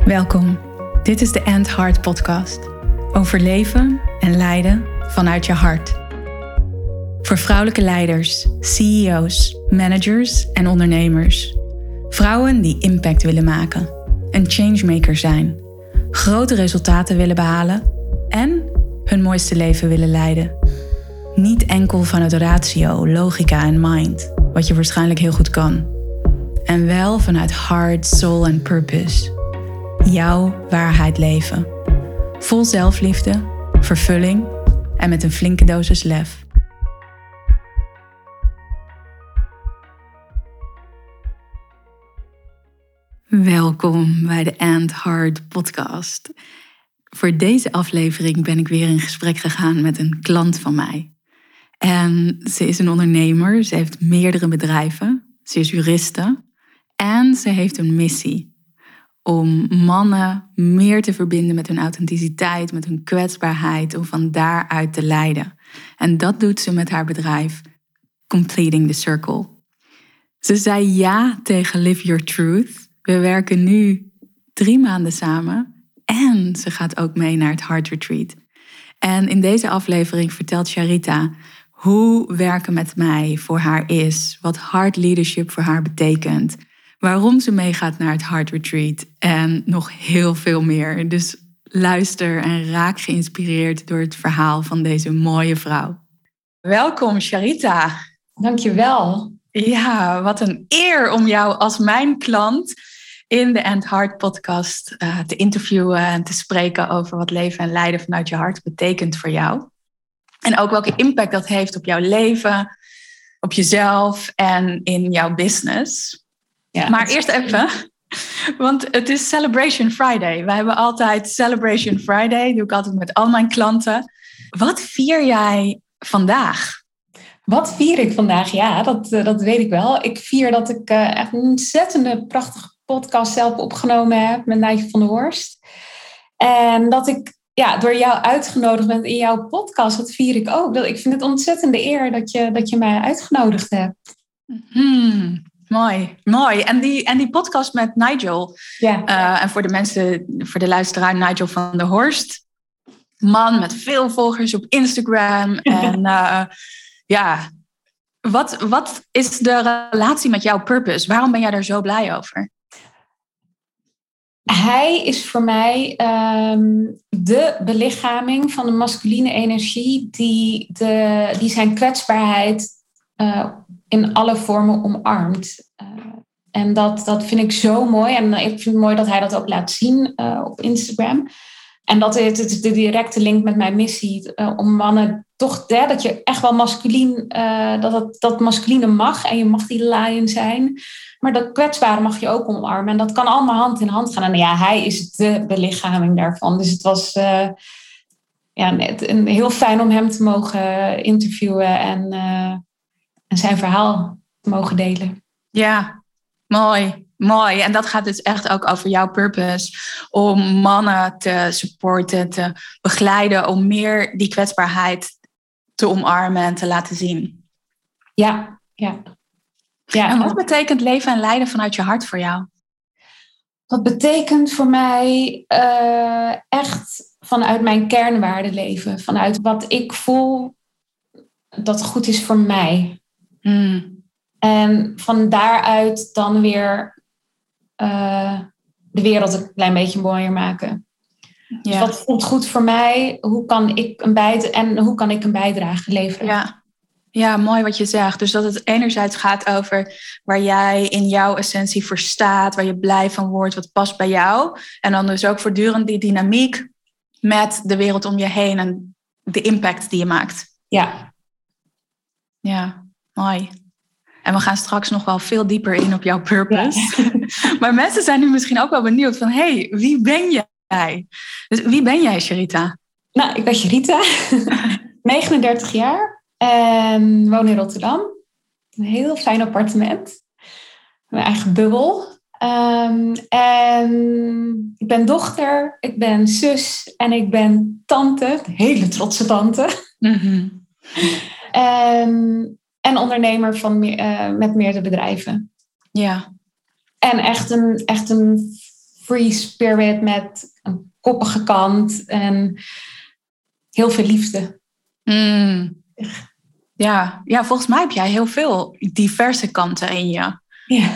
Welkom. Dit is de And Heart podcast. Over leven en leiden vanuit je hart. Voor vrouwelijke leiders, CEO's, managers en ondernemers. Vrouwen die impact willen maken. Een changemaker zijn. Grote resultaten willen behalen. En hun mooiste leven willen leiden. Niet enkel vanuit ratio, logica en mind. Wat je waarschijnlijk heel goed kan. En wel vanuit heart, soul en purpose. Jouw waarheid leven. Vol zelfliefde, vervulling en met een flinke dosis lef. Welkom bij de And Heart podcast. Voor deze aflevering ben ik weer in gesprek gegaan met een klant van mij. En ze is een ondernemer, ze heeft meerdere bedrijven, ze is juriste en ze heeft een missie. Om mannen meer te verbinden met hun authenticiteit, met hun kwetsbaarheid, om van daaruit te leiden. En dat doet ze met haar bedrijf Completing the Circle. Ze zei ja tegen Live Your Truth. We werken nu 3 maanden samen en ze gaat ook mee naar het Heart Retreat. En in deze aflevering vertelt Charita hoe werken met mij voor haar is, wat Heart Leadership voor haar betekent, waarom ze meegaat naar het Heart Retreat en nog heel veel meer. Dus luister en raak geïnspireerd door het verhaal van deze mooie vrouw. Welkom Charita. Dankjewel. Ja, wat een eer om jou als mijn klant in de And Heart podcast te interviewen en te spreken over wat leven en leiden vanuit je hart betekent voor jou. En ook welke impact dat heeft op jouw leven, op jezelf en in jouw business. Ja, maar eerst even, want het is Celebration Friday. Wij hebben altijd Celebration Friday, doe ik altijd met al mijn klanten. Wat vier jij vandaag? Wat vier ik vandaag? Ja, dat weet ik wel. Ik vier dat ik echt een ontzettende prachtige podcast zelf opgenomen heb met Nigel van der Horst. En dat ik door jou uitgenodigd ben in jouw podcast, dat vier ik ook. Ik vind het een ontzettende eer dat je mij uitgenodigd hebt. Mooi. En die podcast met Nigel. Ja. En voor de luisteraar, Nigel van der Horst. Man met veel volgers op Instagram. En wat is de relatie met jouw purpose? Waarom ben jij daar zo blij over? Hij is voor mij de belichaming van de masculine energie die zijn kwetsbaarheid in alle vormen omarmt. En dat vind ik zo mooi. En ik vind het mooi dat hij dat ook laat zien op Instagram. En het is de directe link met mijn missie. Om mannen toch, dat je echt wel masculien, dat masculine mag. En je mag die lion zijn. Maar dat kwetsbare mag je ook omarmen. En dat kan allemaal hand in hand gaan. En ja, hij is de belichaming daarvan. Dus het was heel fijn om hem te mogen interviewen. En zijn verhaal te mogen delen. Ja, mooi. En dat gaat dus echt ook over jouw purpose. Om mannen te supporten, te begeleiden. Om meer die kwetsbaarheid te omarmen en te laten zien. Ja. En wat betekent leven en leiden vanuit je hart voor jou? Dat betekent voor mij echt vanuit mijn kernwaarden leven. Vanuit wat ik voel dat goed is voor mij. En van daaruit dan weer de wereld een klein beetje mooier maken. Ja. Dus wat voelt goed voor mij? Hoe kan ik een bijdrage leveren? Ja, mooi wat je zegt. Dus dat het enerzijds gaat over waar jij in jouw essentie voor staat, waar je blij van wordt, wat past bij jou. En dan dus ook voortdurend die dynamiek met de wereld om je heen en de impact die je maakt. Ja, mooi. En we gaan straks nog wel veel dieper in op jouw purpose. Ja. Maar mensen zijn nu misschien ook wel benieuwd van, hey, wie ben jij? Dus wie ben jij, Charita? Nou, ik ben Charita, 39 jaar en woon in Rotterdam. Een heel fijn appartement. Mijn eigen bubbel. En ik ben dochter, ik ben zus en ik ben tante. Een hele trotse tante. Mm-hmm. En ondernemer met meerdere bedrijven. Ja. En echt een free spirit met een koppige kant en heel veel liefde. Ja, volgens mij heb jij heel veel diverse kanten in je. Ja.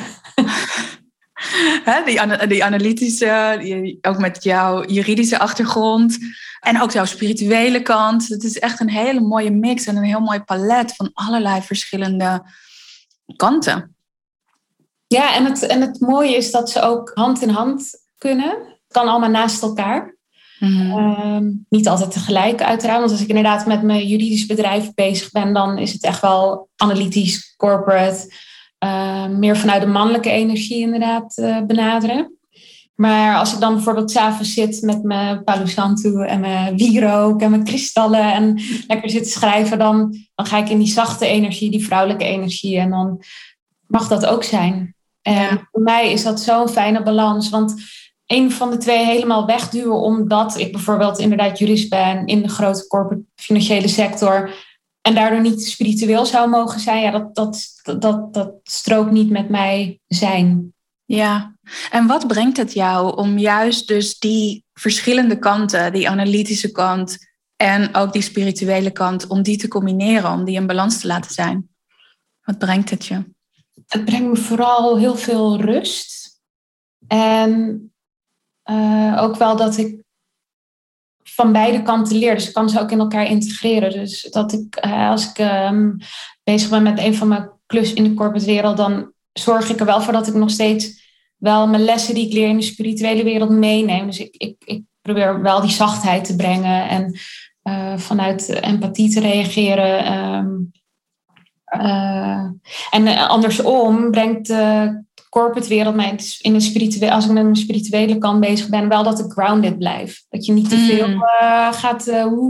Die analytische, ook met jouw juridische achtergrond en ook jouw spirituele kant. Het is echt een hele mooie mix en een heel mooi palet van allerlei verschillende kanten. Ja, en het mooie is dat ze ook hand in hand kunnen. Het kan allemaal naast elkaar. Niet altijd tegelijk uiteraard. Want als ik inderdaad met mijn juridisch bedrijf bezig ben, dan is het echt wel analytisch, corporate. Meer vanuit de mannelijke energie inderdaad benaderen. Maar als ik dan bijvoorbeeld 's avonds zit met mijn Palo Santo en mijn wierook en mijn kristallen en lekker zit te schrijven, dan ga ik in die zachte energie, die vrouwelijke energie. En dan mag dat ook zijn. En voor mij is dat zo'n fijne balans. Want een van de twee helemaal wegduwen omdat ik bijvoorbeeld inderdaad jurist ben in de grote corporate financiële sector en daardoor niet spiritueel zou mogen zijn, ja, dat strookt niet met mij zijn. Ja, en wat brengt het jou om juist dus die verschillende kanten, die analytische kant en ook die spirituele kant, om die te combineren, om die in balans te laten zijn? Wat brengt het je? Het brengt me vooral heel veel rust. En ook wel dat ik van beide kanten leer. Dus ik kan ze ook in elkaar integreren. Dus dat ik, als ik bezig ben met een van mijn klussen in de corporate wereld, dan zorg ik er wel voor dat ik nog steeds wel mijn lessen die ik leer in de spirituele wereld meeneem. Dus ik probeer wel die zachtheid te brengen en vanuit empathie te reageren. En andersom brengt de corporate wereld mij in een spirituele, als ik met mijn spirituele kant bezig ben, wel dat ik grounded blijf. Dat je niet te veel gaat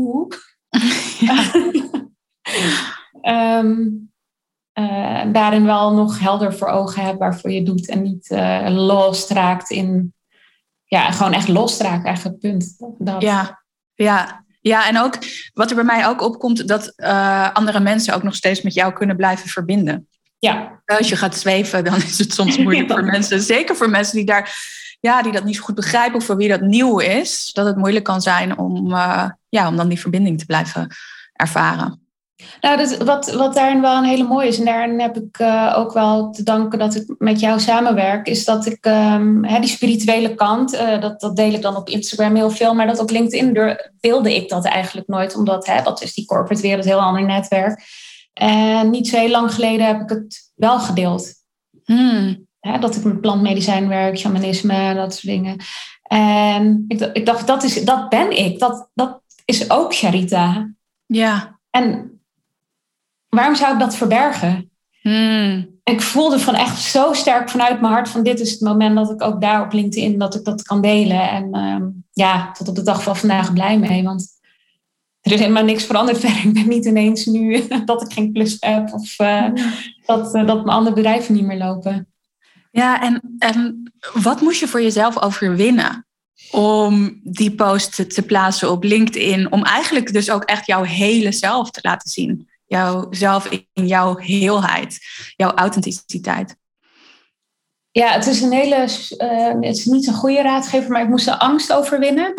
daarin wel nog helder voor ogen hebt waarvoor je doet en niet lost raakt in, ja, gewoon echt lost raakt eigenlijk, punt. Dat. Ja, en ook wat er bij mij ook opkomt, dat andere mensen ook nog steeds met jou kunnen blijven verbinden. Ja. Als je gaat zweven, dan is het soms moeilijk voor mensen. Zeker voor mensen die dat niet zo goed begrijpen of voor wie dat nieuw is. Dat het moeilijk kan zijn om dan die verbinding te blijven ervaren. Nou, wat daarin wel een hele mooie is, en daarin heb ik ook wel te danken dat ik met jou samenwerk, is dat ik die spirituele kant, dat deel ik dan op Instagram heel veel, maar dat op LinkedIn deelde ik dat eigenlijk nooit, omdat dat is die corporate wereld, heel ander netwerk. En niet zo heel lang geleden heb ik het wel gedeeld. Dat ik met plantmedicijn werk, shamanisme, dat soort dingen. En ik dacht, dat ben ik. Dat is ook Charita. Ja. En waarom zou ik dat verbergen? Ik voelde van echt zo sterk vanuit mijn hart van dit is het moment dat ik ook daar op LinkedIn dat ik dat kan delen. En tot op de dag van vandaag blij mee. Want er is helemaal niks veranderd verder. Ik ben niet ineens nu dat ik geen plus heb of dat mijn andere bedrijven niet meer lopen. Ja, en wat moest je voor jezelf overwinnen om die post te plaatsen op LinkedIn? Om eigenlijk dus ook echt jouw hele zelf te laten zien. Jouzelf in jouw heelheid, jouw authenticiteit. Ja, het is het is niet een goede raadgever, maar ik moest de angst overwinnen.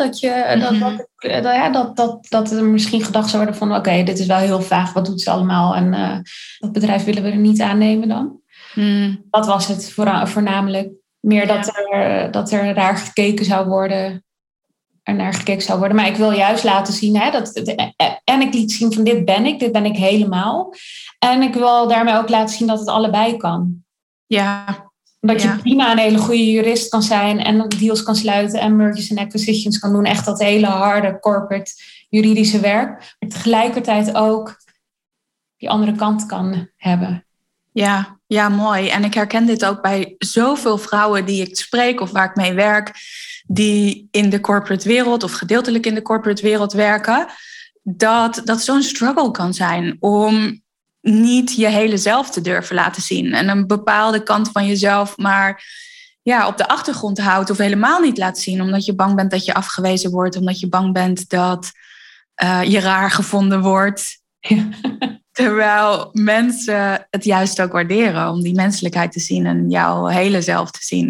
Dat er misschien gedacht zou worden van oké, dit is wel heel vaag, wat doet ze allemaal? En dat bedrijf willen we er niet aannemen dan. Dat was het voornamelijk. Meer dat er naar gekeken zou worden. Maar ik wil juist laten zien. En ik liet zien van dit ben ik helemaal. En ik wil daarmee ook laten zien dat het allebei kan. Ja. Dat je prima een hele goede jurist kan zijn. En deals kan sluiten. En mergers en acquisitions kan doen. Echt dat hele harde corporate juridische werk. Maar tegelijkertijd ook die andere kant kan hebben. Ja, mooi. En ik herken dit ook bij zoveel vrouwen die ik spreek of waar ik mee werk, die in de corporate wereld of gedeeltelijk in de corporate wereld werken, dat zo'n struggle kan zijn om niet je hele zelf te durven laten zien. En een bepaalde kant van jezelf maar op de achtergrond houdt of helemaal niet laat zien, omdat je bang bent dat je afgewezen wordt, omdat je bang bent dat je raar gevonden wordt. Ja. Terwijl mensen het juist ook waarderen om die menselijkheid te zien en jouw hele zelf te zien.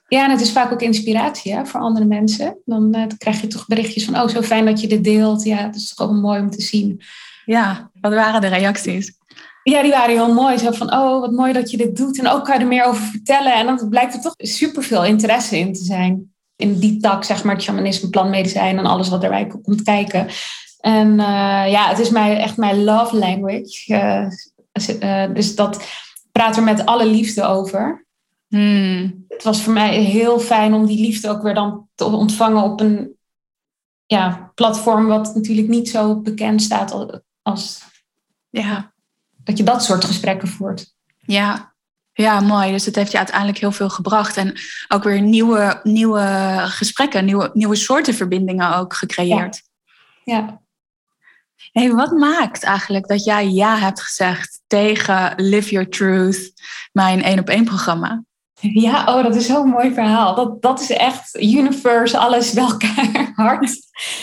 Ja, en het is vaak ook inspiratie voor andere mensen. Dan krijg je toch berichtjes van, oh, zo fijn dat je dit deelt. Ja, het is toch ook mooi om te zien. Ja, wat waren de reacties? Ja, die waren heel mooi. Zo van, oh, wat mooi dat je dit doet. En ook kan je er meer over vertellen. En dan blijkt er toch superveel interesse in te zijn. In die tak, zeg maar, het shamanisme, plantmedicijn en alles wat erbij komt kijken. En het is echt mijn love language. Dus dat praat er met alle liefde over. Het was voor mij heel fijn om die liefde ook weer dan te ontvangen op een platform wat natuurlijk niet zo bekend staat als dat je dat soort gesprekken voert. Ja, mooi. Dus het heeft je uiteindelijk heel veel gebracht. En ook weer nieuwe gesprekken, nieuwe soorten verbindingen ook gecreëerd. Ja. Hey, wat maakt eigenlijk dat jij ja hebt gezegd tegen Live Your Truth, mijn 1-op-1 programma? Ja, dat is zo'n mooi verhaal. Dat is echt universe, alles bij elkaar, hard.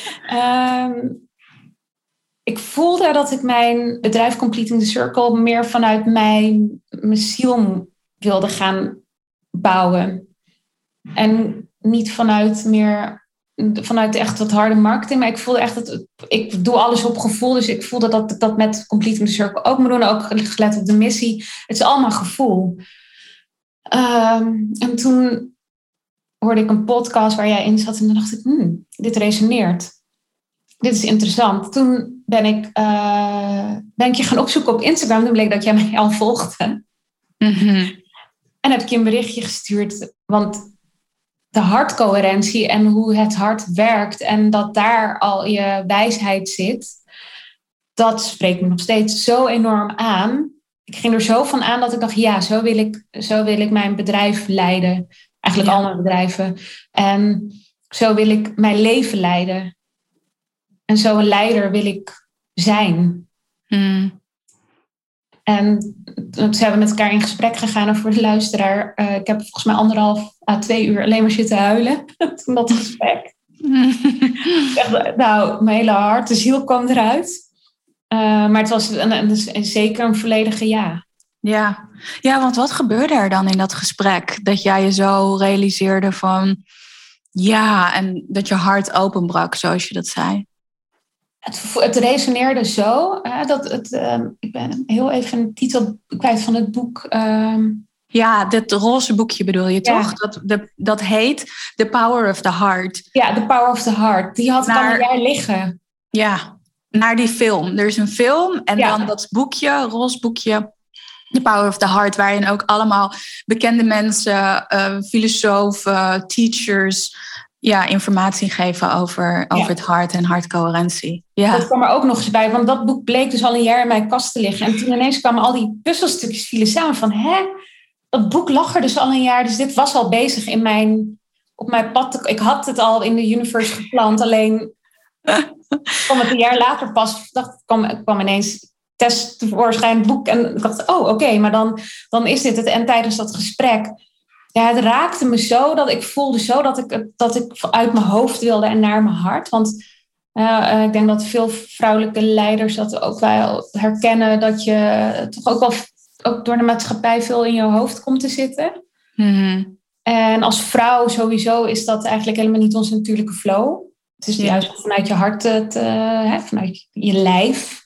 Ik voelde dat ik mijn bedrijf Completing the Circle meer vanuit mijn ziel wilde gaan bouwen. En niet vanuit echt wat harde marketing. Maar ik voelde echt dat ik doe alles op gevoel. Dus ik voelde dat ik dat met Completing the Circle ook moet doen. Ook gelet op de missie. Het is allemaal gevoel. En toen hoorde ik een podcast waar jij in zat. En dan dacht ik, dit resoneert. Dit is interessant. Toen ben ik je gaan opzoeken op Instagram. Toen bleek dat jij mij al volgde. Mm-hmm. En heb ik je een berichtje gestuurd. Want de hartcoherentie en hoe het hart werkt. En dat daar al je wijsheid zit. Dat spreekt me nog steeds zo enorm aan. Ik ging er zo van aan dat ik dacht, ja, zo wil ik mijn bedrijf leiden. Eigenlijk al mijn bedrijven. En zo wil ik mijn leven leiden. En zo'n leider wil ik zijn. En toen zijn we met elkaar in gesprek gegaan. En voor de luisteraar, ik heb volgens mij 1,5 à 2 uur alleen maar zitten huilen. Toen dat gesprek. Echt, mijn hele hart, de ziel kwam eruit. Maar het was zeker een volledige ja. Ja, want wat gebeurde er dan in dat gesprek? Dat jij je zo realiseerde van ja, en dat je hart openbrak, zoals je dat zei. Het resoneerde zo. Ik ben heel even een titel kwijt van het boek. Ja, dit roze boekje bedoel je toch? Dat heet The Power of the Heart. Ja, The Power of the Heart. Die had ik al een jaar liggen. Ja, naar die film. Er is een film en dan dat boekje, roze boekje, The Power of the Heart, waarin ook allemaal bekende mensen, filosofen, teachers, informatie geven over het hart en hartcoherentie. Ja. Dat kwam er ook nog eens bij, want dat boek bleek dus al een jaar in mijn kast te liggen. En toen ineens kwamen al die puzzelstukjes vielen samen van, dat boek lag er dus al een jaar. Dus dit was al bezig op mijn pad. Ik had het al in de universe gepland, alleen kwam het een jaar later pas. kwam ineens tevoorschijn het boek. En ik dacht, oké, maar dan is dit het. En tijdens dat gesprek, het raakte me zo dat ik voelde zo dat ik uit mijn hoofd wilde en naar mijn hart. Want ik denk dat veel vrouwelijke leiders dat ook wel herkennen, dat je toch ook wel ook door de maatschappij veel in je hoofd komt te zitten. Mm-hmm. En als vrouw sowieso is dat eigenlijk helemaal niet onze natuurlijke flow. Het is juist vanuit je hart, vanuit je lijf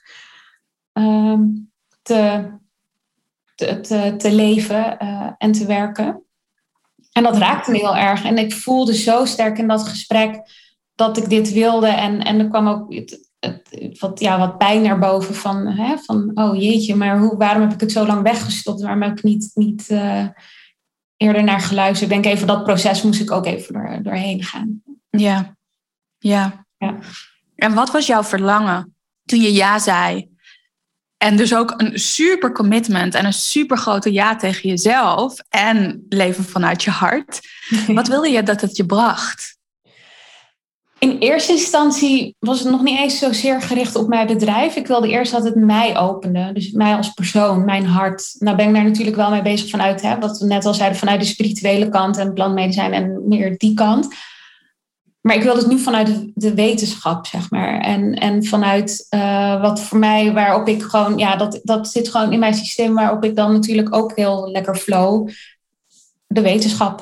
te leven en te werken. En dat raakte me heel erg. En ik voelde zo sterk in dat gesprek dat ik dit wilde. En er kwam ook wat pijn naar boven van oh jeetje, maar waarom heb ik het zo lang weggestopt? Waarom heb ik niet eerder naar geluisterd? Ik denk even dat proces moest ik ook even doorheen gaan. Ja. En wat was jouw verlangen toen je ja zei? En dus ook een super commitment en een super grote ja tegen jezelf en leven vanuit je hart. Wat wilde je dat het je bracht? In eerste instantie was het nog niet eens zozeer gericht op mijn bedrijf. Ik wilde eerst dat het mij opende. Dus mij als persoon, mijn hart. Nou ben ik daar natuurlijk wel mee bezig vanuit, wat we net al zeiden, vanuit de spirituele kant en plantmedicijn en meer die kant. Maar ik wilde het nu vanuit de wetenschap, zeg maar. En vanuit wat voor mij, waarop ik gewoon, dat zit gewoon in mijn systeem, waarop ik dan natuurlijk ook heel lekker flow. De wetenschap.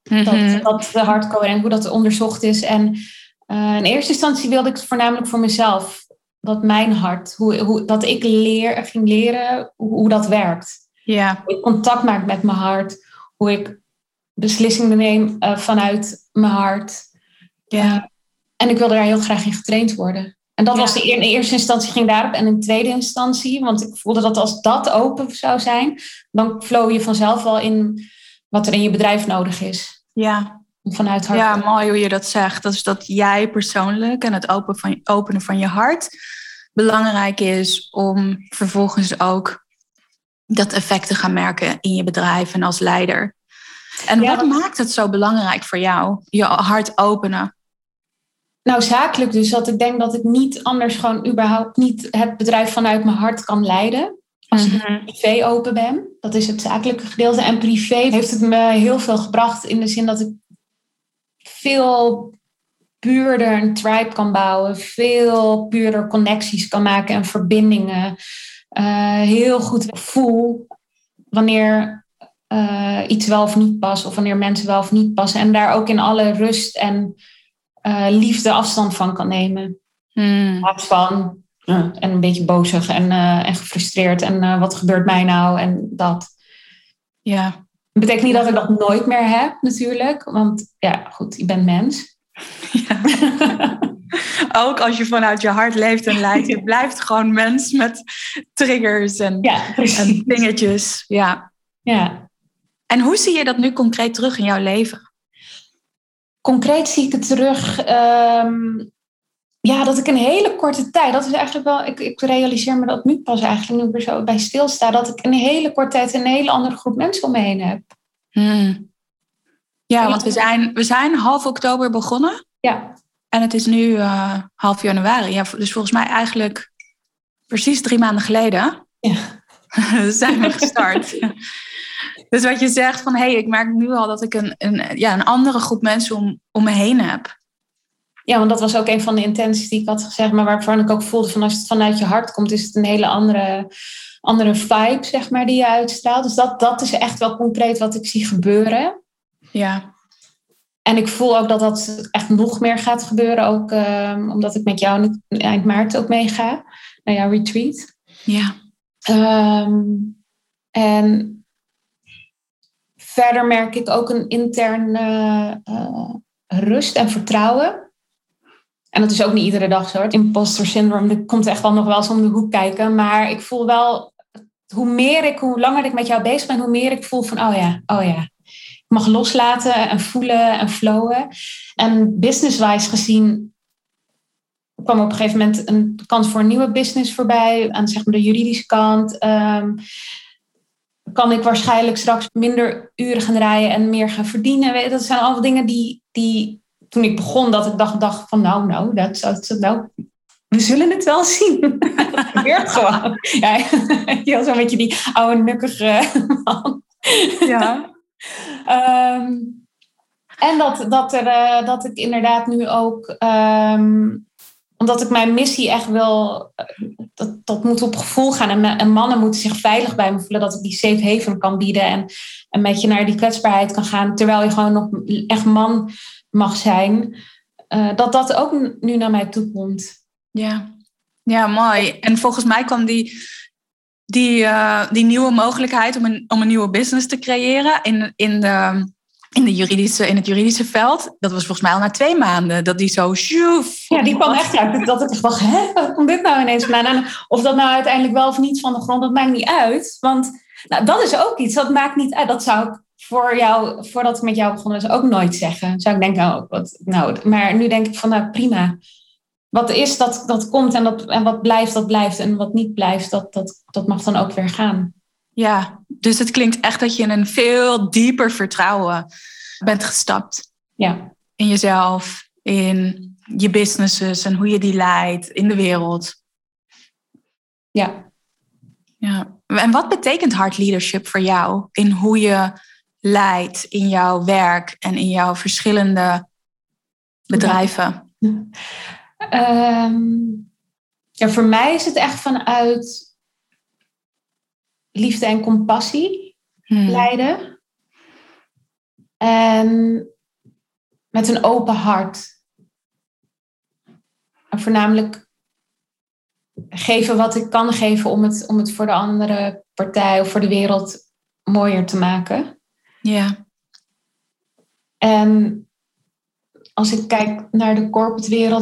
Dat de hardcoherent, hoe dat onderzocht is. En in eerste instantie wilde ik het voornamelijk voor mezelf. Dat mijn hart, dat ik ging leren hoe dat werkt. Ja. Hoe ik contact maak met mijn hart. Hoe ik beslissingen neem vanuit mijn hart. Ja. En ik wilde daar heel graag in getraind worden. En dat was in eerste instantie ging daarop. En in tweede instantie, want ik voelde dat als dat open zou zijn, dan flow je vanzelf wel in wat er in je bedrijf nodig is. Ja. Vanuit hart. Ja, mooi hoe je dat zegt. Dat is dat jij persoonlijk en het openen van je hart belangrijk is om vervolgens ook dat effect te gaan merken in je bedrijf en als leider. En wat maakt het zo belangrijk voor jou, je hart openen? Nou, zakelijk dus. Dat ik denk dat ik niet anders gewoon überhaupt niet het bedrijf vanuit mijn hart kan leiden. Als ik privé open ben. Dat is het zakelijke gedeelte. En privé heeft het me heel veel gebracht in de zin dat ik veel puurder een tribe kan bouwen. Veel puurder connecties kan maken en verbindingen. Heel goed voel wanneer iets wel of niet past. Of wanneer mensen wel of niet passen. En daar ook in alle rust en liefde afstand van kan nemen. In plaats van en een beetje bozig en gefrustreerd. En wat gebeurt mij nou? En dat. Ja. Dat betekent niet dat ik dat nooit meer heb natuurlijk. Want ja, goed, je bent mens. Ja. Ook als je vanuit je hart leeft en leidt. Je blijft gewoon mens met triggers en dingetjes. Ja. En hoe zie je dat nu concreet terug in jouw leven? Concreet zie ik het terug. Dat ik een hele korte tijd. Dat is eigenlijk wel. Ik realiseer me dat nu pas eigenlijk. Nu ik er zo bij stilsta. Dat ik een hele korte tijd een hele andere groep mensen om me heen heb. Ja, want we zijn half oktober begonnen. Ja. En het is nu half januari. Ja, dus volgens mij eigenlijk precies 3 maanden geleden. Ja. Zijn we gestart. Dus wat je zegt van, ik merk nu al dat ik een andere groep mensen om me heen heb. Ja, want dat was ook een van de intenties die ik had gezegd, maar waarvan ik ook voelde van als het vanuit je hart komt, is het een hele andere vibe, zeg maar, die je uitstraalt. Dus dat is echt wel concreet wat ik zie gebeuren. Ja. En ik voel ook dat dat echt nog meer gaat gebeuren, ook omdat ik met jou eind maart ook meega naar jouw retreat. Ja. En verder merk ik ook een interne rust en vertrouwen. En dat is ook niet iedere dag zo. Het imposter syndrome, dat komt echt wel nog wel eens om de hoek kijken. Maar ik voel wel, hoe langer ik met jou bezig ben, hoe meer ik voel van, oh ja. Ik mag loslaten en voelen en flowen. En business-wise gezien kwam op een gegeven moment een kans voor een nieuwe business voorbij. Aan zeg maar de juridische kant. Kan ik waarschijnlijk straks minder uren gaan draaien en meer gaan verdienen. Dat zijn allemaal dingen die toen ik begon, dat ik dacht van nou, we zullen het wel zien. Dat gebeurt gewoon. Ja, je was zo'n beetje die oude nukkige man. Ja. En dat ik inderdaad nu ook, omdat ik mijn missie echt wil, dat moet op gevoel gaan. En mannen moeten zich veilig bij me voelen, dat ik die safe haven kan bieden. En met je naar die kwetsbaarheid kan gaan, terwijl je gewoon nog echt man mag zijn. Dat ook nu naar mij toe komt. Ja, mooi. En volgens mij kwam die nieuwe mogelijkheid om een nieuwe business te creëren in het juridische veld. Dat was volgens mij al na 2 maanden. Dat die zo... Ja, die kwam echt uit. Dat ik dacht, wat komt dit nou ineens vandaan? En of dat nou uiteindelijk wel of niet van de grond, dat maakt niet uit. Want dat is ook iets, dat maakt niet uit. Dat zou ik voordat ik met jou begon, was ook nooit zeggen. Zou ik denken, maar nu denk ik van, prima. Wat is, dat komt en wat blijft, dat blijft. En wat niet blijft, dat mag dan ook weer gaan. Ja, dus het klinkt echt dat je in een veel dieper vertrouwen bent gestapt. Ja. In jezelf, in je businesses en hoe je die leidt in de wereld. Ja. En wat betekent hard leadership voor jou in hoe je leidt in jouw werk en in jouw verschillende bedrijven? Voor mij is het echt vanuit liefde en compassie leiden. En met een open hart. En voornamelijk geven wat ik kan geven om het voor de andere partij of voor de wereld mooier te maken. Ja. En als ik kijk naar de corporate wereld,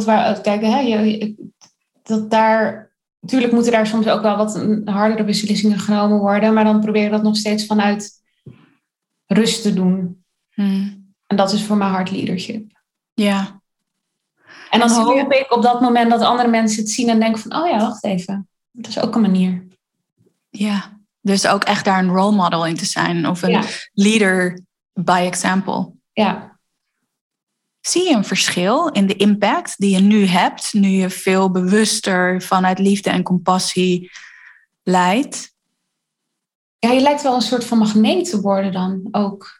natuurlijk moeten daar soms ook wel wat hardere beslissingen genomen worden, maar dan probeer ik dat nog steeds vanuit rust te doen. En dat is voor mij hard leadership. Ja. En dan hoop ik op dat moment dat andere mensen het zien en denken van, oh ja, wacht even. Dat is ook een manier. Ja, dus ook echt daar een role model in te zijn. Of een leader by example. Ja. Zie je een verschil in de impact die je nu hebt, nu je veel bewuster vanuit liefde en compassie leidt? Ja, je lijkt wel een soort van magneet te worden dan ook.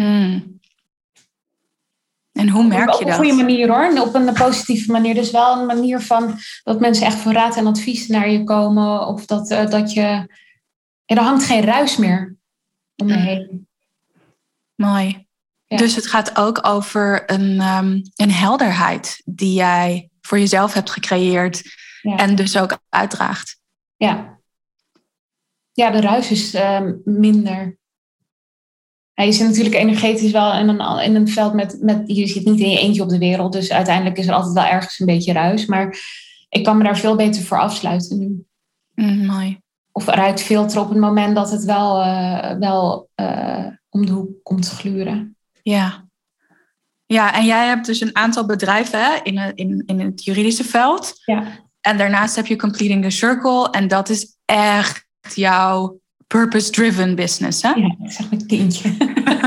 En hoe merk je dat? Op een goede manier hoor, op een positieve manier. Dus wel een manier van dat mensen echt voor raad en advies naar je komen. Of dat je... Er hangt geen ruis meer om je heen. Mooi. Ja. Dus het gaat ook over een helderheid die jij voor jezelf hebt gecreëerd. Ja. En dus ook uitdraagt. Ja. Ja, de ruis is minder. Ja, je zit natuurlijk energetisch wel in een veld met... Je zit niet in je eentje op de wereld. Dus uiteindelijk is er altijd wel ergens een beetje ruis. Maar ik kan me daar veel beter voor afsluiten nu. Mooi. Of eruit filteren op het moment dat het wel om de hoek komt te gluren. Ja. Ja, en jij hebt dus een aantal bedrijven hè, in het juridische veld. Ja. En daarnaast heb je Completing the Circle. En dat is echt jouw purpose-driven business, hè? Ja, ik zeg mijn kindje.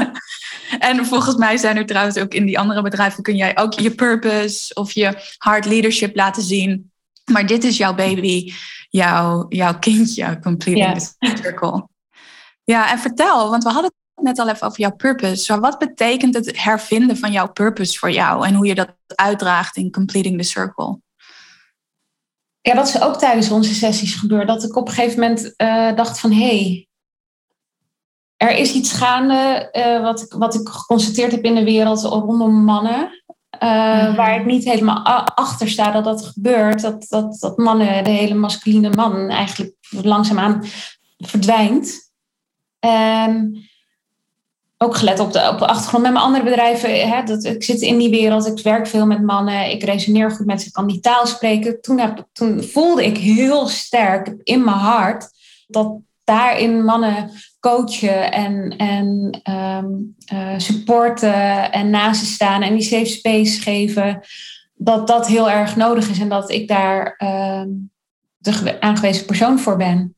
En volgens mij zijn er trouwens ook in die andere bedrijven... kun jij ook je purpose of je hard leadership laten zien. Maar dit is jouw baby, jouw kindje, Completing the Circle. Ja, en vertel, want we hadden het net al even over jouw purpose. Maar wat betekent het hervinden van jouw purpose voor jou? En hoe je dat uitdraagt in Completing the Circle? Ja, dat is ook tijdens onze sessies gebeurd. Dat ik op een gegeven moment dacht van... Hey, er is iets gaande wat ik geconstateerd heb in de wereld rondom mannen. Waar ik niet helemaal achter sta dat gebeurt. Dat mannen, de hele masculine man eigenlijk langzaamaan verdwijnt. En ook gelet op de achtergrond met mijn andere bedrijven. Hè, ik zit in die wereld, ik werk veel met mannen. Ik resoneer goed met ze, ik kan die taal spreken. Toen voelde ik heel sterk in mijn hart... dat daarin mannen coachen en supporten en naast ze staan... en die safe space geven, dat heel erg nodig is... en dat ik daar de aangewezen persoon voor ben.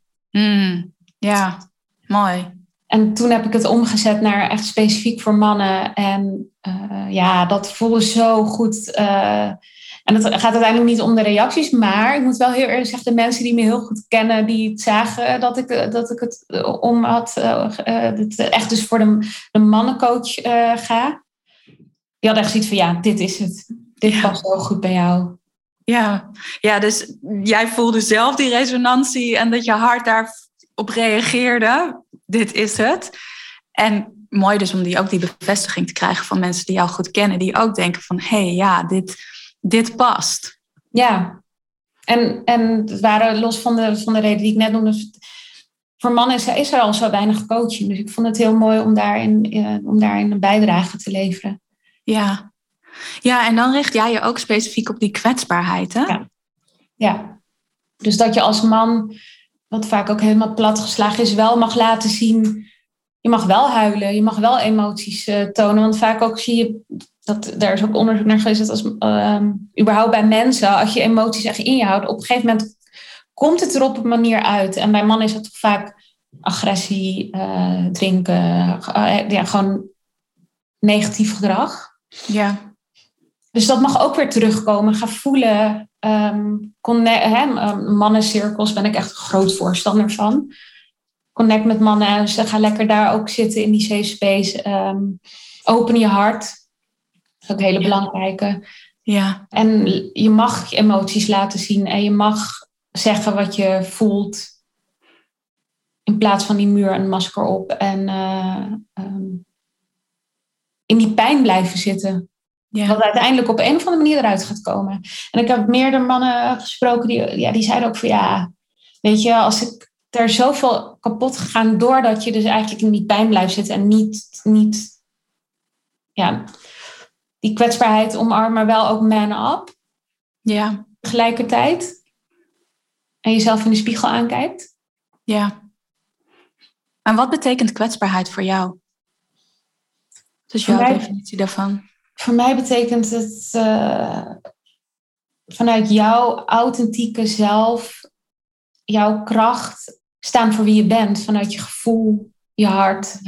Ja, mooi. En toen heb ik het omgezet naar echt specifiek voor mannen. En dat voelde zo goed. En het gaat uiteindelijk niet om de reacties. Maar ik moet wel heel eerlijk zeggen, de mensen die me heel goed kennen... die het zagen dat ik het om had. Echt dus voor de mannencoach ga. Die hadden echt zoiets van, dit is het. Dit past heel goed bij jou. Ja, dus jij voelde zelf die resonantie... en dat je hart daarop reageerde... Dit is het. En mooi dus om ook die bevestiging te krijgen van mensen die jou goed kennen. Die ook denken van, dit past. Ja. En het waren los van de reden die ik net noemde. Voor mannen is er al zo weinig coaching. Dus ik vond het heel mooi om daarin een bijdrage te leveren. Ja. Ja, en dan richt jij je ook specifiek op die kwetsbaarheid, hè? Ja. Dus dat je als man... wat vaak ook helemaal platgeslagen is, wel mag laten zien... Je mag wel huilen, je mag wel emoties tonen. Want vaak ook zie je, daar is ook onderzoek naar geweest... dat als überhaupt bij mensen, als je emoties echt in je houdt... op een gegeven moment komt het er op een manier uit. En bij mannen is het vaak agressie, drinken... gewoon negatief gedrag. Ja. Dus dat mag ook weer terugkomen. Ga voelen... mannencirkels ben ik echt een groot voorstander van. Connect met mannen. Dus ga lekker daar ook zitten in die safe space. Open je hart. Dat is ook een hele belangrijke. Ja. En je mag je emoties laten zien. En je mag zeggen wat je voelt. In plaats van die muur en masker op. En in die pijn blijven zitten. Ja. Wat uiteindelijk op een of andere manier eruit gaat komen. En ik heb meerdere mannen gesproken die zeiden ook van weet je, als ik er zoveel kapot gegaan doordat je dus eigenlijk in die pijn blijft zitten en niet die kwetsbaarheid omarmen, maar wel ook man up. Ja. Tegelijkertijd. En jezelf in de spiegel aankijkt. Ja. En wat betekent kwetsbaarheid voor jou? Wat is jouw definitie daarvan? Voor mij betekent het vanuit jouw authentieke zelf, jouw kracht, staan voor wie je bent. Vanuit je gevoel, je hart.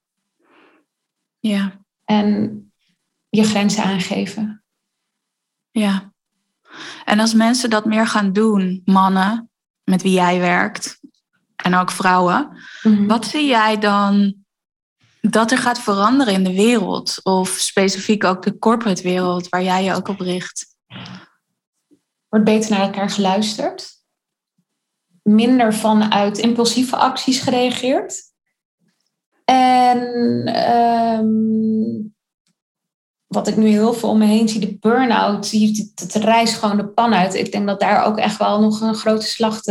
Ja. En je grenzen aangeven. Ja. En als mensen dat meer gaan doen, mannen met wie jij werkt en ook vrouwen, wat zie jij dan dat er gaat veranderen in de wereld? Of specifiek ook de corporate wereld waar jij je ook op richt? Wordt beter naar elkaar geluisterd. Minder vanuit impulsieve acties gereageerd. En wat ik nu heel veel om me heen zie, de burn-out, het reist gewoon de pan uit. Ik denk dat daar ook echt wel nog een grote slag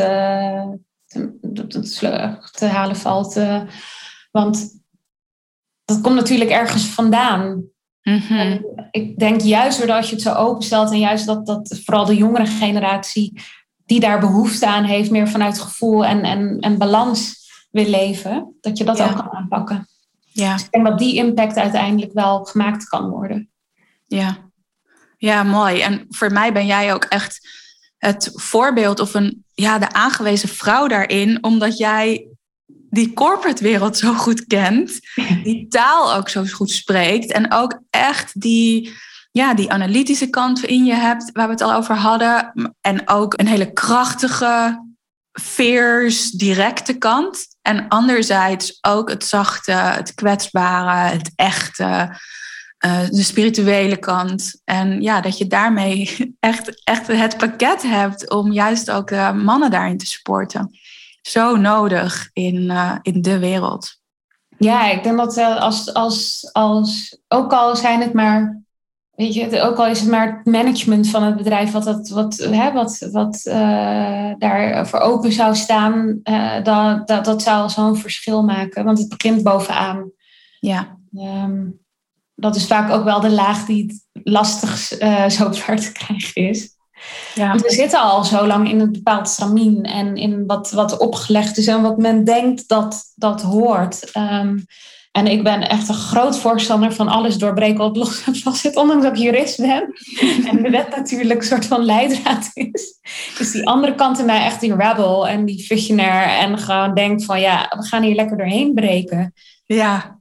te halen valt. Want dat komt natuurlijk ergens vandaan. En ik denk juist doordat je het zo openstelt en juist dat vooral de jongere generatie die daar behoefte aan heeft, meer vanuit gevoel en balans wil leven, dat je dat ook kan aanpakken. Ja. Dus ik denk dat die impact uiteindelijk wel gemaakt kan worden. Ja, mooi. En voor mij ben jij ook echt het voorbeeld of de aangewezen vrouw daarin, omdat jij die corporate wereld zo goed kent, die taal ook zo goed spreekt en ook echt die analytische kant in je hebt, waar we het al over hadden, en ook een hele krachtige, fierce, directe kant. En anderzijds ook het zachte, het kwetsbare, het echte, de spirituele kant. En dat je daarmee echt het pakket hebt om juist ook de mannen daarin te supporten. Zo nodig in de wereld. Ja, ik denk dat als ook al zijn het maar, weet je, ook al is het maar het management van het bedrijf wat daar voor open zou staan, dat zou zo'n verschil maken. Want het begint bovenaan. Ja. Dat is vaak ook wel de laag die het lastig zo zwaar te krijgen is. Ja. Want we zitten al zo lang in een bepaald stramien en in wat opgelegd is en wat men denkt dat hoort. En ik ben echt een groot voorstander van alles doorbreken wat los en vast zit, ondanks dat ik jurist ben. En de wet natuurlijk een soort van leidraad is. Dus die andere kant in mij echt die rebel en die visionair en gewoon denkt van we gaan hier lekker doorheen breken. Ja.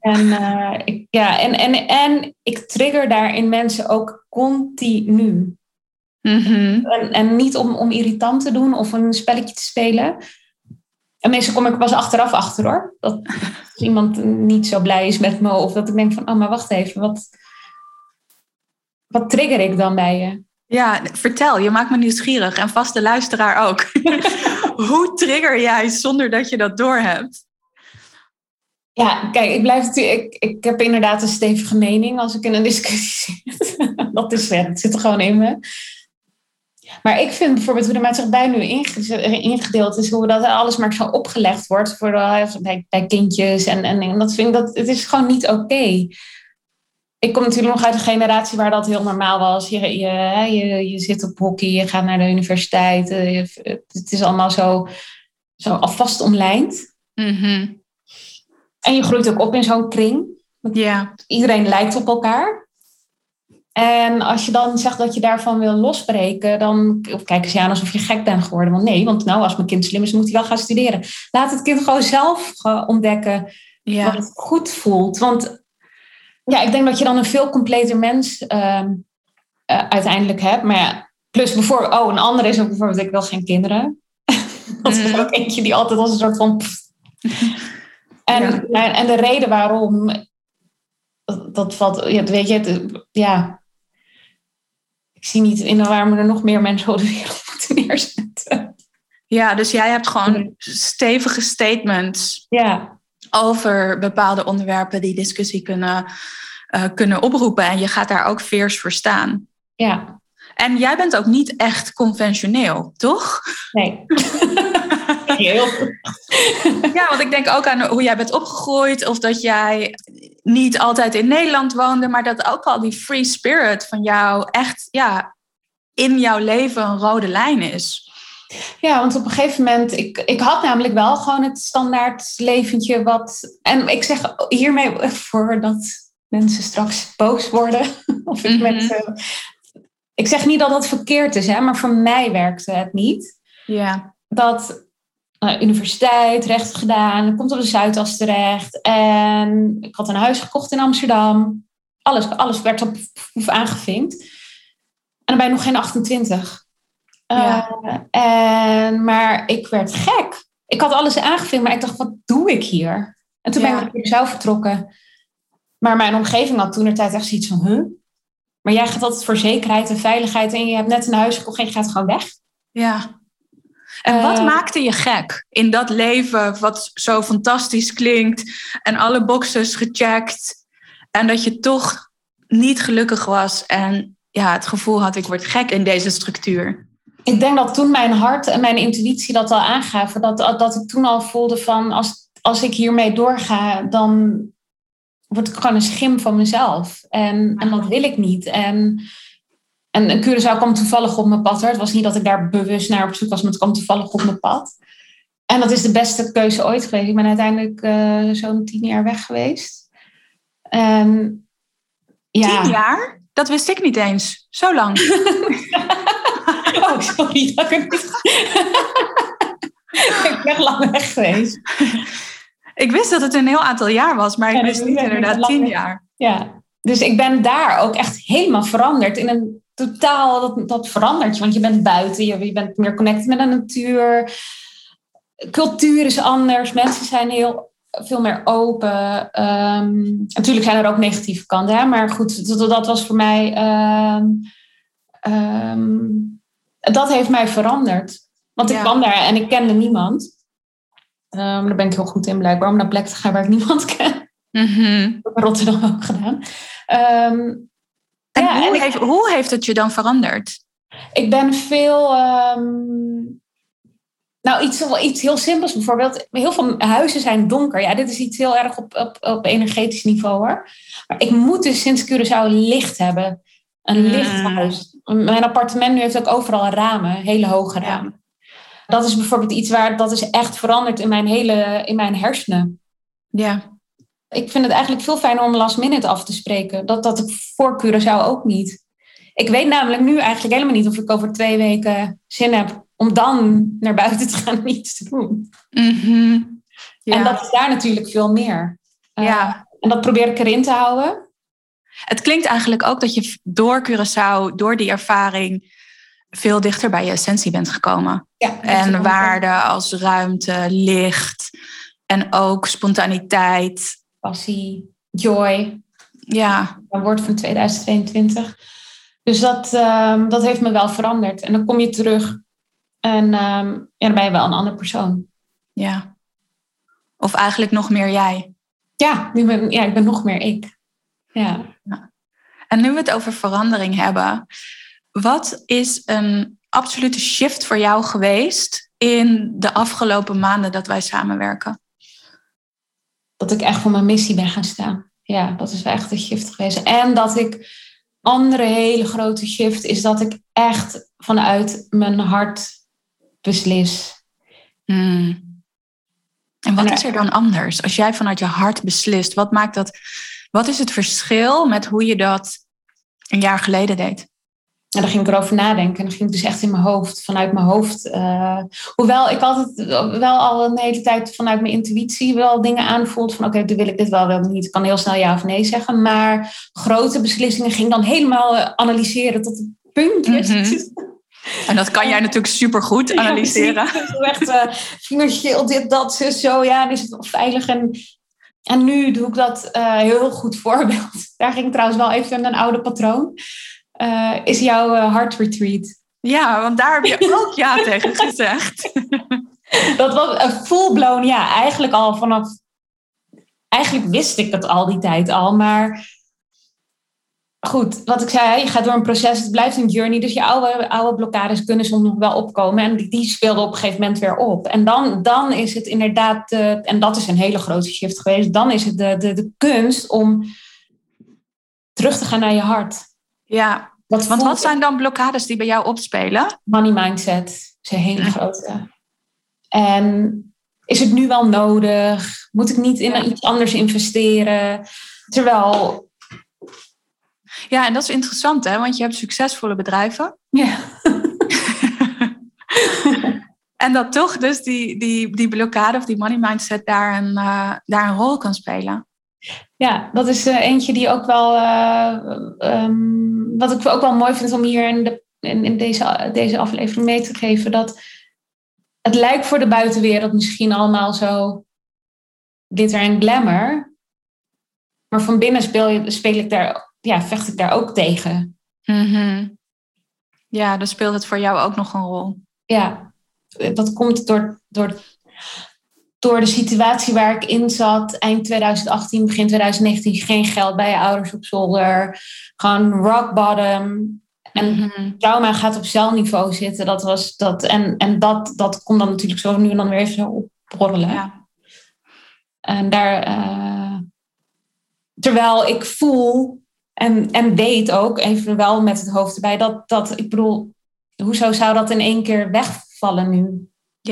En ik trigger daarin mensen ook continu. En niet om irritant te doen of een spelletje te spelen. En meestal kom ik pas achteraf achter hoor. Dat iemand niet zo blij is met me. Of dat ik denk van, maar wacht even. Wat trigger ik dan bij je? Ja, vertel. Je maakt me nieuwsgierig. En vast de luisteraar ook. Hoe trigger jij zonder dat je dat doorhebt? Ja, kijk, ik heb inderdaad een stevige mening als ik in een discussie zit. Dat zit er gewoon in me. Maar ik vind bijvoorbeeld hoe de maatschappij nu ingedeeld is, hoe dat alles maar zo opgelegd wordt voor bij kindjes. En dat vind ik het is gewoon niet oké. Ik kom natuurlijk nog uit een generatie waar dat heel normaal was. Je zit op hockey, je gaat naar de universiteit. Het is allemaal zo alvast omlijnd. En je groeit ook op in zo'n kring. Ja. Iedereen lijkt op elkaar. En als je dan zegt dat je daarvan wil losbreken, dan kijken ze je aan alsof je gek bent geworden. Want als mijn kind slim is, moet hij wel gaan studeren. Laat het kind gewoon zelf ontdekken wat het goed voelt. Want ik denk dat je dan een veel completer mens uiteindelijk hebt. Maar plus bijvoorbeeld, een andere is ook bijvoorbeeld, ik wil geen kinderen. Dat is ook eentje die altijd als een soort van... En de reden waarom, dat valt, weet je, ik zie niet in waarom er nog meer mensen op de wereld moeten neerzetten. Ja, dus jij hebt gewoon stevige statements over bepaalde onderwerpen die discussie kunnen kunnen oproepen. En je gaat daar ook fierce voor staan. Ja. En jij bent ook niet echt conventioneel, toch? Nee. Heel goed. Ja, want ik denk ook aan hoe jij bent opgegroeid. Of dat jij niet altijd in Nederland woonde. Maar dat ook al die free spirit van jou echt in jouw leven een rode lijn is. Ja, want op een gegeven moment... Ik had namelijk wel gewoon het standaard leventje wat... En ik zeg hiermee voordat mensen straks boos worden. Of ik ik zeg niet dat dat verkeerd is, hè, maar voor mij werkte het niet. Ja. Dat universiteit, recht gedaan, ik kom op de Zuidas terecht. En ik had een huis gekocht in Amsterdam. Alles werd op aangevinkt. En dan ben je nog geen 28. Maar ik werd gek. Ik had alles aangevinkt, maar ik dacht, wat doe ik hier? En toen ben ik naar Curaçao vertrokken. Maar mijn omgeving had toentertijd echt zoiets van... Maar jij gaat altijd voor zekerheid en veiligheid... en je hebt net een huis gekocht en je gaat gewoon weg. Ja. En wat maakte je gek in dat leven wat zo fantastisch klinkt... en alle boxes gecheckt... en dat je toch niet gelukkig was... en het gevoel had, ik word gek in deze structuur? Ik denk dat toen mijn hart en mijn intuïtie dat al aangaven. Dat ik toen al voelde van... als ik hiermee doorga, dan... word ik gewoon een schim van mezelf. En dat wil ik niet. En Curaçao kwam toevallig op mijn pad. Het was niet dat ik daar bewust naar op zoek was, maar het kwam toevallig op mijn pad. En dat is de beste keuze ooit geweest. Ik ben uiteindelijk zo'n 10 jaar weg geweest. 10 jaar? Dat wist ik niet eens. Zo lang. Oh, sorry. Ik ben lang weg geweest. Ik wist dat het een heel aantal jaar was, maar ik wist niet inderdaad 10 jaar. Ja, dus ik ben daar ook echt helemaal veranderd. In een totaal, dat verandert je. Want je bent buiten, je bent meer connected met de natuur. Cultuur is anders, mensen zijn veel meer open. Natuurlijk zijn er ook negatieve kanten, hè? Maar goed, dat was voor mij... dat heeft mij veranderd. Want ik kwam daar en ik kende niemand. Daar ben ik heel goed in blijkbaar om naar een plek te gaan waar ik niemand ken. Dat heb ik in Rotterdam ook gedaan. Hoe heeft het je dan veranderd? Ik ben veel... iets heel simpels bijvoorbeeld. Heel veel huizen zijn donker. Ja, dit is iets heel erg op energetisch niveau hoor. Maar ik moet dus sinds Curaçao licht hebben. Een lichthuis. Mijn appartement nu heeft ook overal ramen. Hele hoge ramen. Dat is bijvoorbeeld iets dat is echt veranderd in mijn hersenen. Ja. Ik vind het eigenlijk veel fijner om last minute af te spreken. Dat ik voor Curaçao ook niet. Ik weet namelijk nu eigenlijk helemaal niet of ik over 2 weken zin heb om dan naar buiten te gaan en iets te doen. Ja. En dat is daar natuurlijk veel meer. En dat probeer ik erin te houden. Het klinkt eigenlijk ook dat je door Curaçao, door die ervaring, veel dichter bij je essentie bent gekomen. Ja, en waarden als ruimte, licht en ook spontaniteit. Passie, joy. Ja. Een woord van 2022. Dus dat heeft me wel veranderd. En dan kom je terug en dan ben je wel een andere persoon. Ja. Of eigenlijk nog meer jij. Ja, ik ben nog meer ik. Ja. En nu we het over verandering hebben. Wat is een absolute shift voor jou geweest in de afgelopen maanden dat wij samenwerken? Dat ik echt voor mijn missie ben gaan staan. Ja, dat is wel echt een shift geweest. En dat ik, andere hele grote shift is dat ik echt vanuit mijn hart beslis. En wat is er dan anders? Als jij vanuit je hart beslist, wat maakt dat? Wat is het verschil met hoe je dat een jaar geleden deed? En dan ging ik erover nadenken. En dan ging ik dus echt in mijn hoofd, vanuit mijn hoofd. Hoewel ik altijd wel al een hele tijd vanuit mijn intuïtie wel dingen aanvoelde. Van oké, wil ik dit wel niet. Ik kan heel snel ja of nee zeggen. Maar grote beslissingen ging dan helemaal analyseren tot de puntjes. En dat kan jij natuurlijk supergoed analyseren. Ja, echt financieel dit, dat, zo. Ja, dan is het wel veilig. En nu doe ik dat heel goed voorbeeld. Daar ging trouwens wel even een oude patroon. Is jouw heart-retreat. Ja, want daar heb je ook ja tegen gezegd. Dat was een full-blown ja. Eigenlijk wist ik het al die tijd al. Maar goed, wat ik zei, je gaat door een proces, het blijft een journey. Dus je oude blokkades kunnen soms nog wel opkomen. En die speelden op een gegeven moment weer op. En dan is het inderdaad, en dat is een hele grote shift geweest. Dan is het de kunst om terug te gaan naar je hart. Ja, want wat zijn dan blokkades die bij jou opspelen? Money mindset is een hele grote. En is het nu wel nodig? Moet ik niet in iets anders investeren? Terwijl... Ja, en dat is interessant, hè? Want je hebt succesvolle bedrijven. Ja. En dat toch dus die blokkade of die money mindset daar een rol kan spelen. Ja, dat is eentje die ook wel... wat ik ook wel mooi vind om hier in deze aflevering mee te geven. Dat het lijkt voor de buitenwereld misschien allemaal zo glitter en glamour. Maar van binnen vecht ik daar ook tegen. Mm-hmm. Ja, dan speelt het voor jou ook nog een rol. Ja, dat komt door de situatie waar ik in zat. Eind 2018, begin 2019. Geen geld bij je ouders op zolder. Gewoon rock bottom. En trauma gaat op celniveau zitten. Dat komt dan natuurlijk zo nu en dan weer even zo opborrelen. Ja. En daar... terwijl ik voel en weet ook, even wel met het hoofd erbij, dat ik bedoel, hoezo zou dat in één keer wegvallen nu?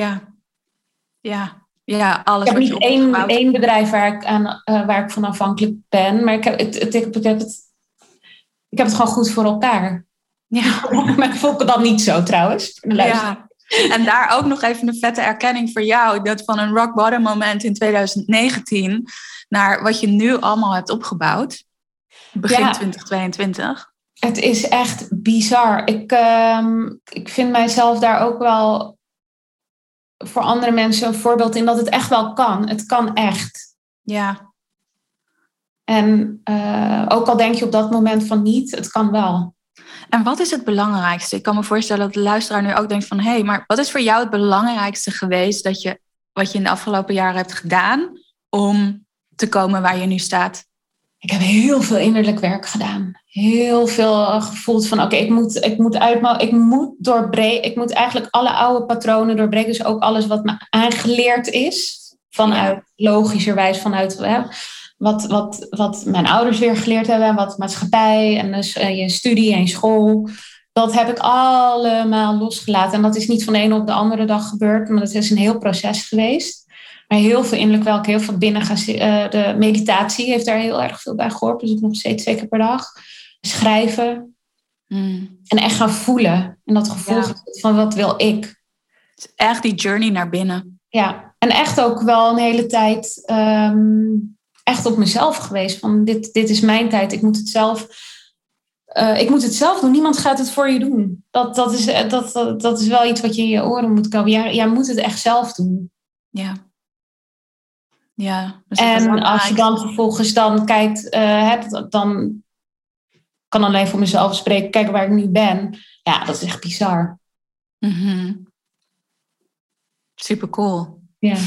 Ja, alles. Ik heb niet één bedrijf waar ik van afhankelijk ben, maar ik heb het gewoon goed voor elkaar. Ja. Maar ik voel het dan niet zo trouwens. Ja. En daar ook nog even een vette erkenning voor jou, dat van een rock bottom moment in 2019 naar wat je nu allemaal hebt opgebouwd, begin 2022. Het is echt bizar. Ik vind mijzelf daar ook wel voor andere mensen een voorbeeld in dat het echt wel kan. Het kan echt. Ja. En ook al denk je op dat moment van niet, het kan wel. En wat is het belangrijkste? Ik kan me voorstellen dat de luisteraar nu ook denkt van... hé, maar wat is voor jou het belangrijkste geweest... wat je in de afgelopen jaren hebt gedaan... om te komen waar je nu staat? Ik heb heel veel innerlijk werk gedaan. Heel veel gevoeld van... oké, ik moet doorbreken. Ik moet eigenlijk alle oude patronen doorbreken. Dus ook alles wat me aangeleerd is. Logischerwijs vanuit... Wat mijn ouders weer geleerd hebben, wat maatschappij en dus je studie en je school. Dat heb ik allemaal losgelaten. En dat is niet van de ene op de andere dag gebeurd, maar dat is een heel proces geweest. Maar heel veel innerlijk werk, heel veel binnen gaan. De meditatie heeft daar heel erg veel bij geholpen. Dus ik nog steeds 2 keer per dag. Schrijven. En echt gaan voelen. En dat gevoel van wat wil ik. Het is echt die journey naar binnen. Ja, en echt ook wel een hele tijd... echt op mezelf geweest. Van dit is mijn tijd. Ik moet het zelf doen. Niemand gaat het voor je doen. Dat is wel iets wat je in je oren moet komen. Jij moet het echt zelf doen. Ja. Dus en als je dan vervolgens dan kijkt... dan kan alleen voor mezelf spreken. Kijk waar ik nu ben. Ja, dat is echt bizar. Super cool. Ja.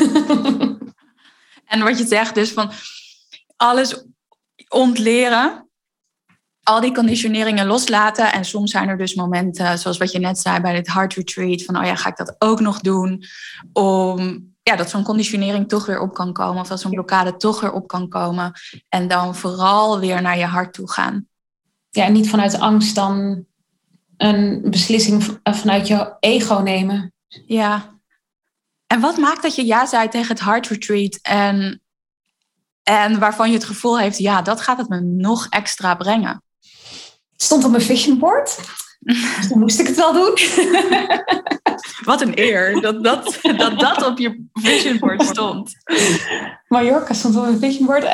En wat je zegt dus van alles ontleren, al die conditioneringen loslaten. En soms zijn er dus momenten, zoals wat je net zei bij het Heart Retreat, van ga ik dat ook nog doen? Om dat zo'n conditionering toch weer op kan komen. Of dat zo'n blokkade toch weer op kan komen. En dan vooral weer naar je hart toe gaan. Ja, niet vanuit angst dan een beslissing vanuit je ego nemen. Ja. En wat maakt dat je ja zei tegen het Heart Retreat en waarvan je het gevoel heeft, dat gaat het me nog extra brengen? Het stond op mijn vision board. Dus dan moest ik het wel doen. Wat een eer dat op je vision board stond. Mallorca stond op mijn vision board.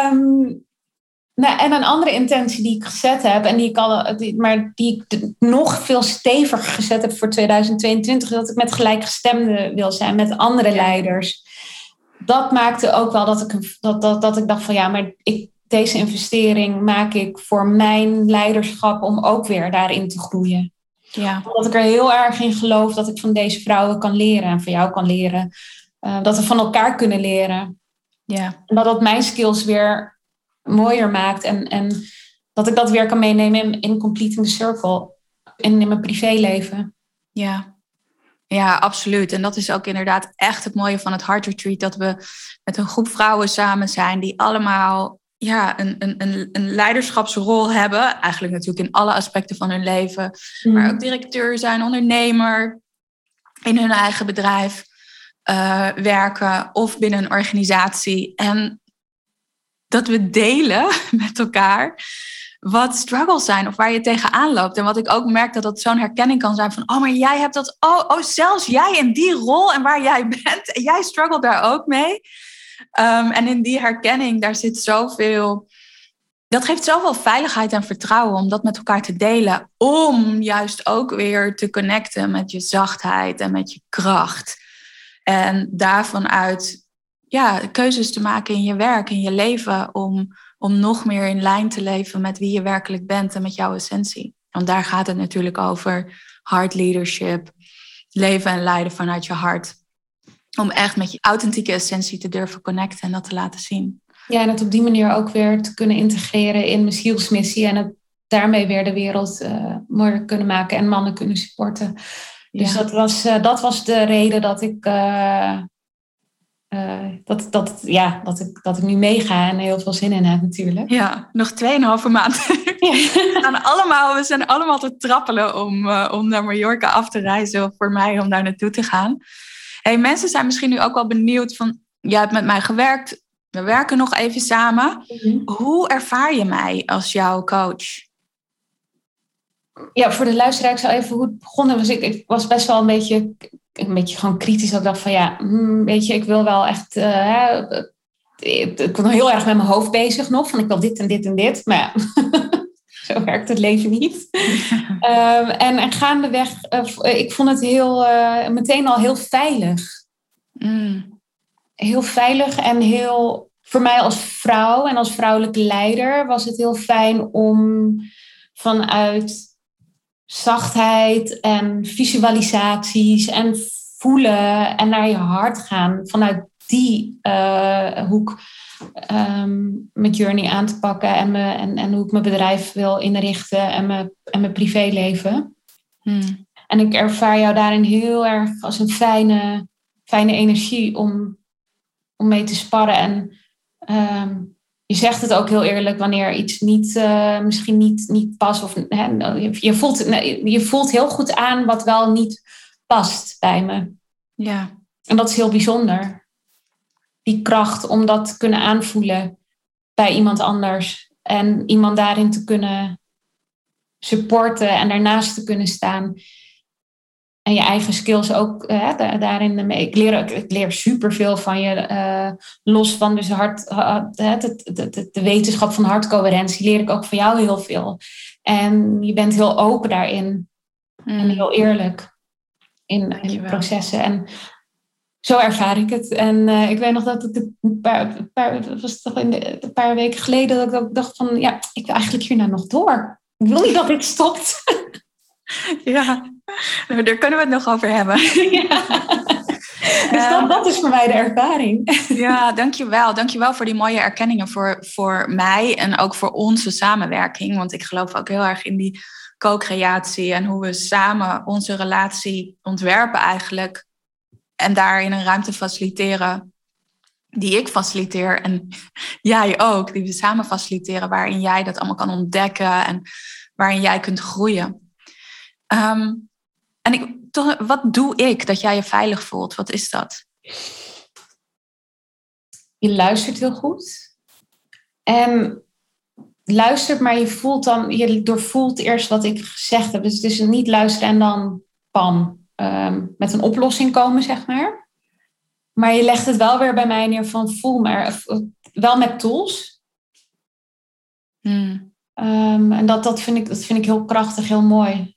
En een andere intentie die ik gezet heb, en die ik nog veel steviger gezet heb voor 2022, dat ik met gelijkgestemden wil zijn, met andere leiders. Dat maakte ook wel dat ik dacht van maar deze investering maak ik voor mijn leiderschap om ook weer daarin te groeien. Ja. Omdat ik er heel erg in geloof dat ik van deze vrouwen kan leren en van jou kan leren. Dat we van elkaar kunnen leren. Ja. En dat mijn skills weer mooier maakt en dat ik dat weer kan meenemen in Completing the Circle. En in mijn privéleven. Ja, absoluut. En dat is ook inderdaad echt het mooie van het Heart Retreat. Dat we met een groep vrouwen samen zijn die allemaal een leiderschapsrol hebben. Eigenlijk natuurlijk in alle aspecten van hun leven. Maar ook directeur zijn, ondernemer, in hun eigen bedrijf werken of binnen een organisatie. En dat we delen met elkaar wat struggles zijn of waar je tegenaan loopt. En wat ik ook merk dat zo'n herkenning kan zijn van... oh, maar jij hebt dat... Oh, zelfs jij in die rol en waar jij bent. En jij struggelt daar ook mee. En in die herkenning, daar zit zoveel... Dat geeft zoveel veiligheid en vertrouwen om dat met elkaar te delen. Om juist ook weer te connecten met je zachtheid en met je kracht. En daarvan uit keuzes te maken in je werk, in je leven... om nog meer in lijn te leven met wie je werkelijk bent en met jouw essentie. Want daar gaat het natuurlijk over heart leadership, leven en leiden vanuit je hart. Om echt met je authentieke essentie te durven connecten en dat te laten zien. Ja, en het op die manier ook weer te kunnen integreren in mijn zielsmissie en het daarmee weer de wereld mooier kunnen maken en mannen kunnen supporten. Dus dat was de reden dat ik... dat ik nu meega en heel veel zin in heb natuurlijk. Ja, nog 2,5 maanden. We zijn allemaal te trappelen om naar Mallorca af te reizen. Of voor mij om daar naartoe te gaan. Hey, mensen zijn misschien nu ook wel benieuwd van... jij hebt met mij gewerkt, we werken nog even samen. Mm-hmm. Hoe ervaar je mij als jouw coach? Ja, voor de luisteraar, ik zou even hoe het begonnen was. Ik was best wel een beetje gewoon kritisch. Dat ik dacht van weet je, ik wil wel echt... ik ben heel erg met mijn hoofd bezig nog. Van ik wil dit en dit en dit. Maar ja, zo werkt het leven niet. En gaandeweg, ik vond het meteen al heel veilig. Heel veilig en heel... Voor mij als vrouw en als vrouwelijke leider was het heel fijn om vanuit zachtheid en visualisaties en voelen en naar je hart gaan. Vanuit die hoek mijn journey aan te pakken en hoe ik mijn bedrijf wil inrichten en mijn privéleven. En ik ervaar jou daarin heel erg als een fijne energie om mee te sparren. En je zegt het ook heel eerlijk wanneer iets misschien niet past. Of, je voelt heel goed aan wat wel niet past bij me. Ja. En dat is heel bijzonder. Die kracht om dat te kunnen aanvoelen bij iemand anders. En iemand daarin te kunnen supporten en daarnaast te kunnen staan. En je eigen skills ook daarin mee. Ik leer superveel van je. Los van dus de wetenschap van hartcoherentie leer ik ook van jou heel veel. En je bent heel open daarin. En heel eerlijk in processen. En zo ervaar ik het. En ik weet nog dat het een paar weken geleden... dat ik dacht van... ja, ik wil eigenlijk hierna nog door. Ik wil niet dat dit stopt. Ja, daar kunnen we het nog over hebben. Ja. Dus dat is voor mij de ervaring. Ja, dankjewel. Dankjewel voor die mooie erkenningen voor mij en ook voor onze samenwerking. Want ik geloof ook heel erg in die co-creatie en hoe we samen onze relatie ontwerpen eigenlijk. En daarin een ruimte faciliteren die ik faciliteer en jij ook. Die we samen faciliteren waarin jij dat allemaal kan ontdekken en waarin jij kunt groeien. Wat doe ik dat jij je veilig voelt? Wat is dat? Je luistert heel goed. En luistert, maar je doorvoelt eerst wat ik gezegd heb. Dus het is niet luisteren en dan met een oplossing komen, zeg maar. Maar je legt het wel weer bij mij neer van voel maar. Wel met tools. En dat vind ik heel krachtig, heel mooi.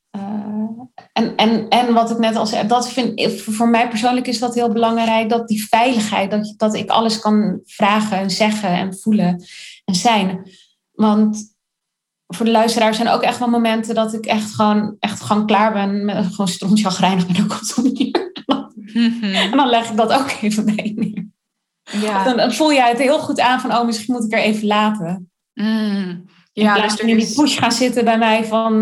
En wat ik net al zei, voor mij persoonlijk is dat heel belangrijk, dat die veiligheid, dat ik alles kan vragen en zeggen en voelen en zijn. Want voor de luisteraars zijn ook echt wel momenten dat ik echt gewoon klaar ben, gewoon strontjagreinig ben ook op zo'n manier. En dan leg ik dat ook even bij je neer. Ja. Dan voel je het heel goed aan van, misschien moet ik er even laten. In plaats van in die push gaan zitten bij mij van...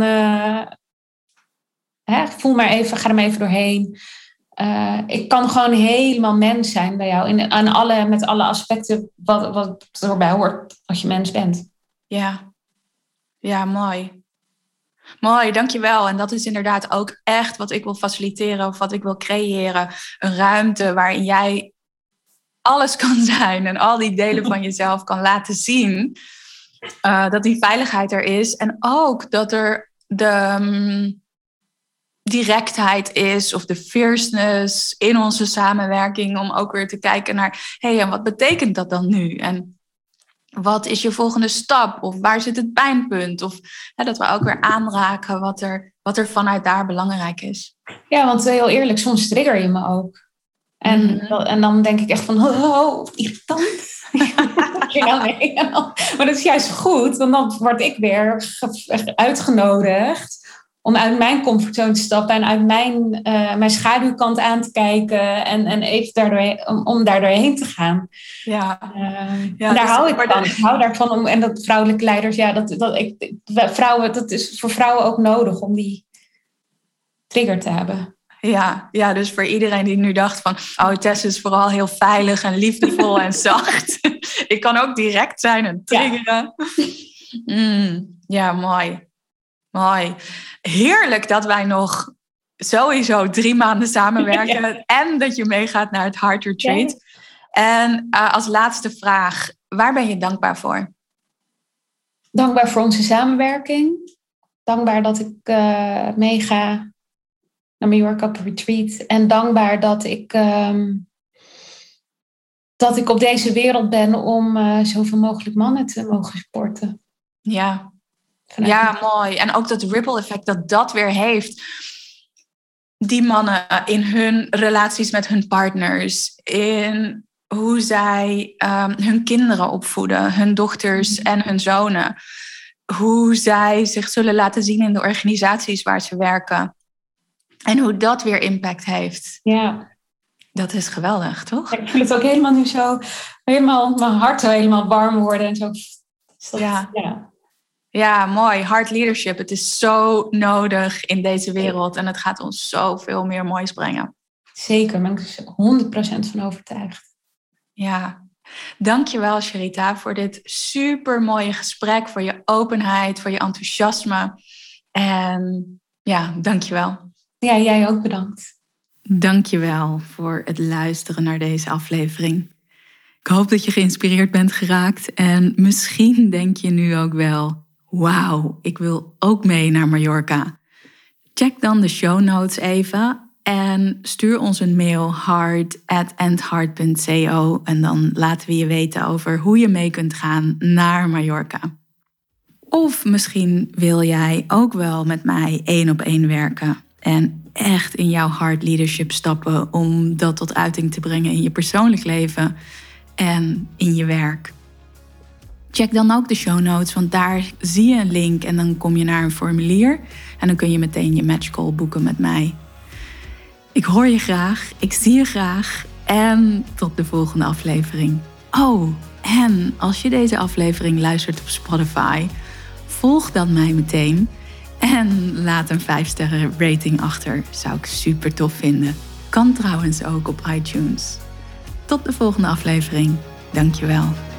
voel maar even, ga er maar even doorheen. Ik kan gewoon helemaal mens zijn bij jou. Met alle aspecten wat erbij hoort als je mens bent. Ja, mooi. Mooi, dankjewel. En dat is inderdaad ook echt wat ik wil faciliteren of wat ik wil creëren. Een ruimte waarin jij alles kan zijn en al die delen van jezelf kan laten zien. Dat die veiligheid er is. En ook dat er de directheid is of de fierceness in onze samenwerking. Om ook weer te kijken naar, en wat betekent dat dan nu? En wat is je volgende stap? Of waar zit het pijnpunt? Of dat we ook weer aanraken wat er vanuit daar belangrijk is. Ja, want heel eerlijk, soms trigger je me ook. En dan denk ik echt van, irritant. Maar dat is juist goed, want dan word ik weer uitgenodigd om uit mijn comfortzone te stappen en uit mijn schaduwkant aan te kijken en even om daar doorheen te gaan. Daar hou ik van. Ik hou daarvan en dat vrouwelijke leiders, dat is voor vrouwen ook nodig om die trigger te hebben. Ja, dus voor iedereen die nu dacht van... Tess is vooral heel veilig en liefdevol en zacht. Ik kan ook direct zijn en triggeren. Ja, mooi. Mooi. Heerlijk dat wij nog sowieso 3 maanden samenwerken. Ja. En dat je meegaat naar het Heart Retreat. Ja. En als laatste vraag, waar ben je dankbaar voor? Dankbaar voor onze samenwerking. Dankbaar dat ik meega naar Mallorca op retreat. En dankbaar dat ik op deze wereld ben om zoveel mogelijk mannen te mogen supporten. Ja, mooi. En ook dat ripple effect dat weer heeft. Die mannen in hun relaties met hun partners. In hoe zij hun kinderen opvoeden. Hun dochters en hun zonen. Hoe zij zich zullen laten zien in de organisaties waar ze werken. En hoe dat weer impact heeft. Ja. Dat is geweldig, toch? Ja, ik voel het ook helemaal nu zo. Helemaal mijn hart helemaal warm worden. En zo. Ja, mooi. Heart leadership. Het is zo nodig in deze wereld. En het gaat ons zoveel meer moois brengen. Zeker, daar ben ik 100% van overtuigd. Ja. Dankjewel, Sharita, voor dit super mooie gesprek. Voor je openheid, voor je enthousiasme. En dankjewel. Ja, jij ook bedankt. Dankjewel voor het luisteren naar deze aflevering. Ik hoop dat je geïnspireerd bent geraakt. En misschien denk je nu ook wel... Wauw, ik wil ook mee naar Mallorca. Check dan de show notes even en stuur ons een mail heart@endheart.co en dan laten we je weten over hoe je mee kunt gaan naar Mallorca. Of misschien wil jij ook wel met mij 1-op-1 werken en echt in jouw heart leadership stappen om dat tot uiting te brengen in je persoonlijk leven en in je werk. Check dan ook de show notes, want daar zie je een link en dan kom je naar een formulier en dan kun je meteen je matchcall boeken met mij. Ik hoor je graag, ik zie je graag en tot de volgende aflevering. Oh, en als je deze aflevering luistert op Spotify, volg dan mij meteen en laat een 5-sterren rating achter. Zou ik super tof vinden. Kan trouwens ook op iTunes. Tot de volgende aflevering. Dankjewel.